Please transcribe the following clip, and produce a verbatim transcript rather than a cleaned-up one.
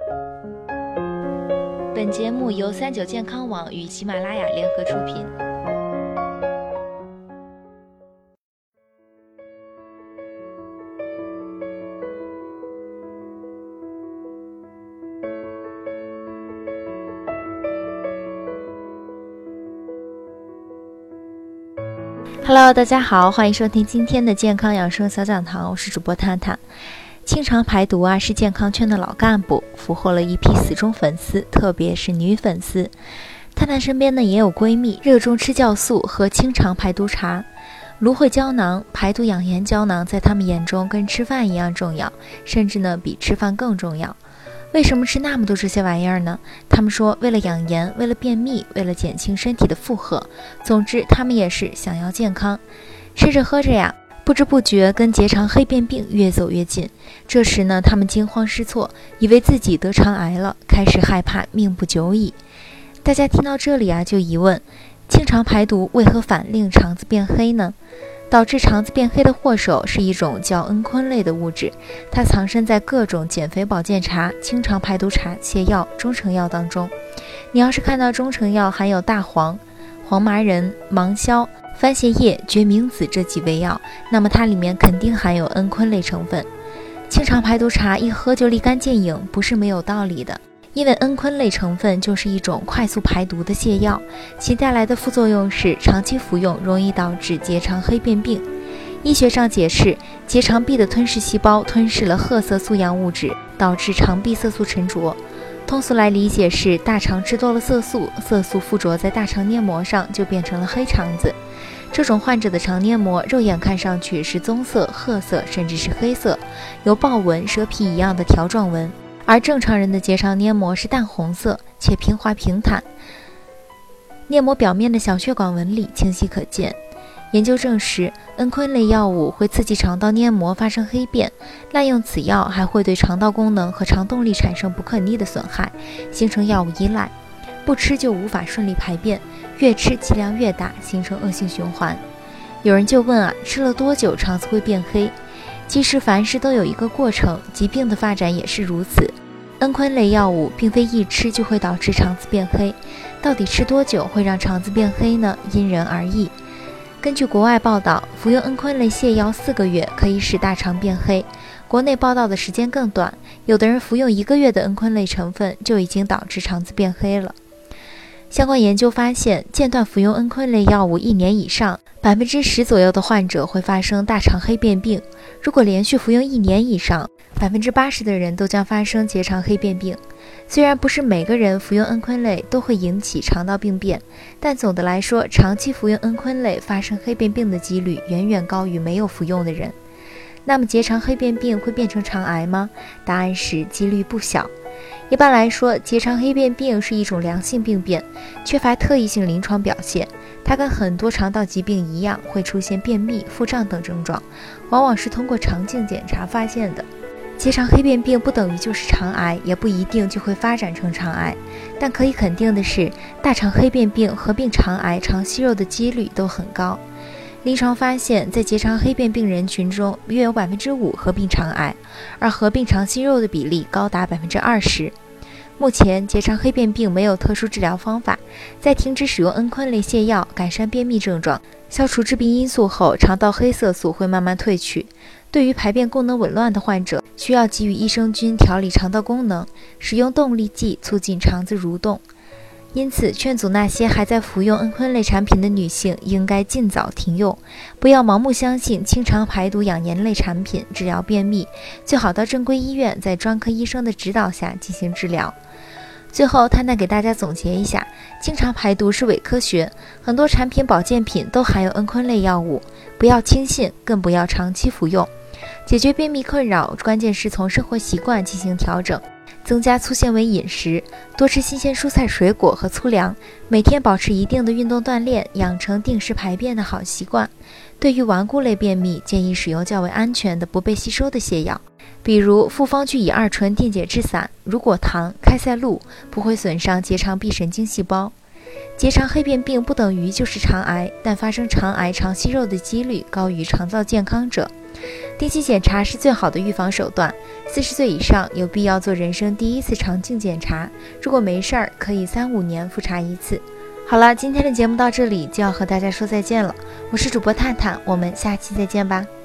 本节目由三九健康网与喜马拉雅联合出品。Hello， 大家好，欢迎收听今天的健康养生小讲堂，我是主播探探。清肠排毒啊，是健康圈的老干部，俘获了一批死忠粉丝，特别是女粉丝。探探身边呢也有闺蜜热衷吃酵素和清肠排毒茶，芦荟胶囊、排毒养颜胶囊在他们眼中跟吃饭一样重要，甚至呢比吃饭更重要。为什么吃那么多这些玩意儿呢？他们说为了养颜，为了便秘，为了减轻身体的负荷，总之他们也是想要健康。吃着喝着呀，不知不觉跟结肠黑变病越走越近。这时呢，他们惊慌失措，以为自己得肠癌了，开始害怕命不久矣。大家听到这里啊，就疑问：清肠排毒为何反令肠子变黑呢？导致肠子变黑的祸首是一种叫恩醌类的物质，它藏身在各种减肥保健茶、清肠排毒茶、泻药、中成药当中。你要是看到中成药含有大黄、黄麻仁、芒硝、番泻叶、决明子这几味药，那么它里面肯定含有恩醌类成分。清肠排毒茶一喝就立竿见影，不是没有道理的。因为恩醌类成分就是一种快速排毒的泻药，其带来的副作用是长期服用容易导致结肠黑变病。医学上解释，结肠壁的吞噬细胞吞噬了褐色素样物质，导致肠壁色素沉着。通俗来理解是大肠吃多了色素，色素附着在大肠黏膜上，就变成了黑肠子。这种患者的肠黏膜肉眼看上去是棕色、褐色，甚至是黑色，有豹纹、蛇皮一样的条状纹。而正常人的结肠黏膜是淡红色且平滑平坦，黏膜表面的小血管纹理清晰可见。研究证实，恩醌类药物会刺激肠道黏膜发生黑变，滥用此药还会对肠道功能和肠动力产生不可逆的损害，形成药物依赖，不吃就无法顺利排便，越吃剂量越大，形成恶性循环。有人就问啊，吃了多久肠子会变黑？其实凡事都有一个过程，疾病的发展也是如此。恩醌类药物并非一吃就会导致肠子变黑，到底吃多久会让肠子变黑呢？因人而异。根据国外报道，服用恩醌类泻药四个月可以使大肠变黑，国内报道的时间更短，有的人服用一个月的恩醌类成分就已经导致肠子变黑了。相关研究发现，间断服用恩醌类药物一年以上，百分之十左右的患者会发生大肠黑变病。如果连续服用一年以上，百分之八十的人都将发生结肠黑变病。虽然不是每个人服用恩醌类都会引起肠道病变，但总的来说，长期服用恩醌类发生黑变病的几率远远高于没有服用的人。那么结肠黑变病会变成肠癌吗？答案是几率不小。一般来说，结肠黑变病是一种良性病变，缺乏特异性临床表现。它跟很多肠道疾病一样，会出现便秘、腹胀等症状，往往是通过肠镜检查发现的。结肠黑变病不等于就是肠癌，也不一定就会发展成肠癌，但可以肯定的是，大肠黑变病合并肠癌、肠息肉的几率都很高。临床发现，在结肠黑变病人群中，约有百分之五合并肠癌，而合并肠息肉的比例高达百分之二十。目前，结肠黑变病没有特殊治疗方法，在停止使用恩醌类泻药、改善便秘症状、消除致病因素后，肠道黑色素会慢慢褪去。对于排便功能紊乱的患者，需要给予益生菌调理肠道功能，使用动力剂促进肠子蠕动。因此，劝阻那些还在服用恩醌类产品的女性应该尽早停用，不要盲目相信清肠排毒养颜类产品治疗便秘，最好到正规医院在专科医生的指导下进行治疗。最后，探探给大家总结一下，清肠排毒是伪科学，很多产品保健品都含有恩醌类药物，不要轻信，更不要长期服用。解决便秘困扰，关键是从生活习惯进行调整，增加粗纤维饮食，多吃新鲜蔬菜水果和粗粮，每天保持一定的运动锻炼，养成定时排便的好习惯。对于顽固类便秘，建议使用较为安全的不被吸收的泻药，比如复方聚乙二醇电解质散、乳果糖、开塞露，不会损伤结肠壁神经细胞。结肠黑变病不等于就是肠癌，但发生肠癌、肠息肉的几率高于肠道健康者。 定期检查是最好的预防手段。四十岁以上有必要做人生第一次肠镜检查，如果没事儿，可以三五年复查一次。好了，今天的节目到这里就要和大家说再见了，我是主播探探，我们下期再见吧。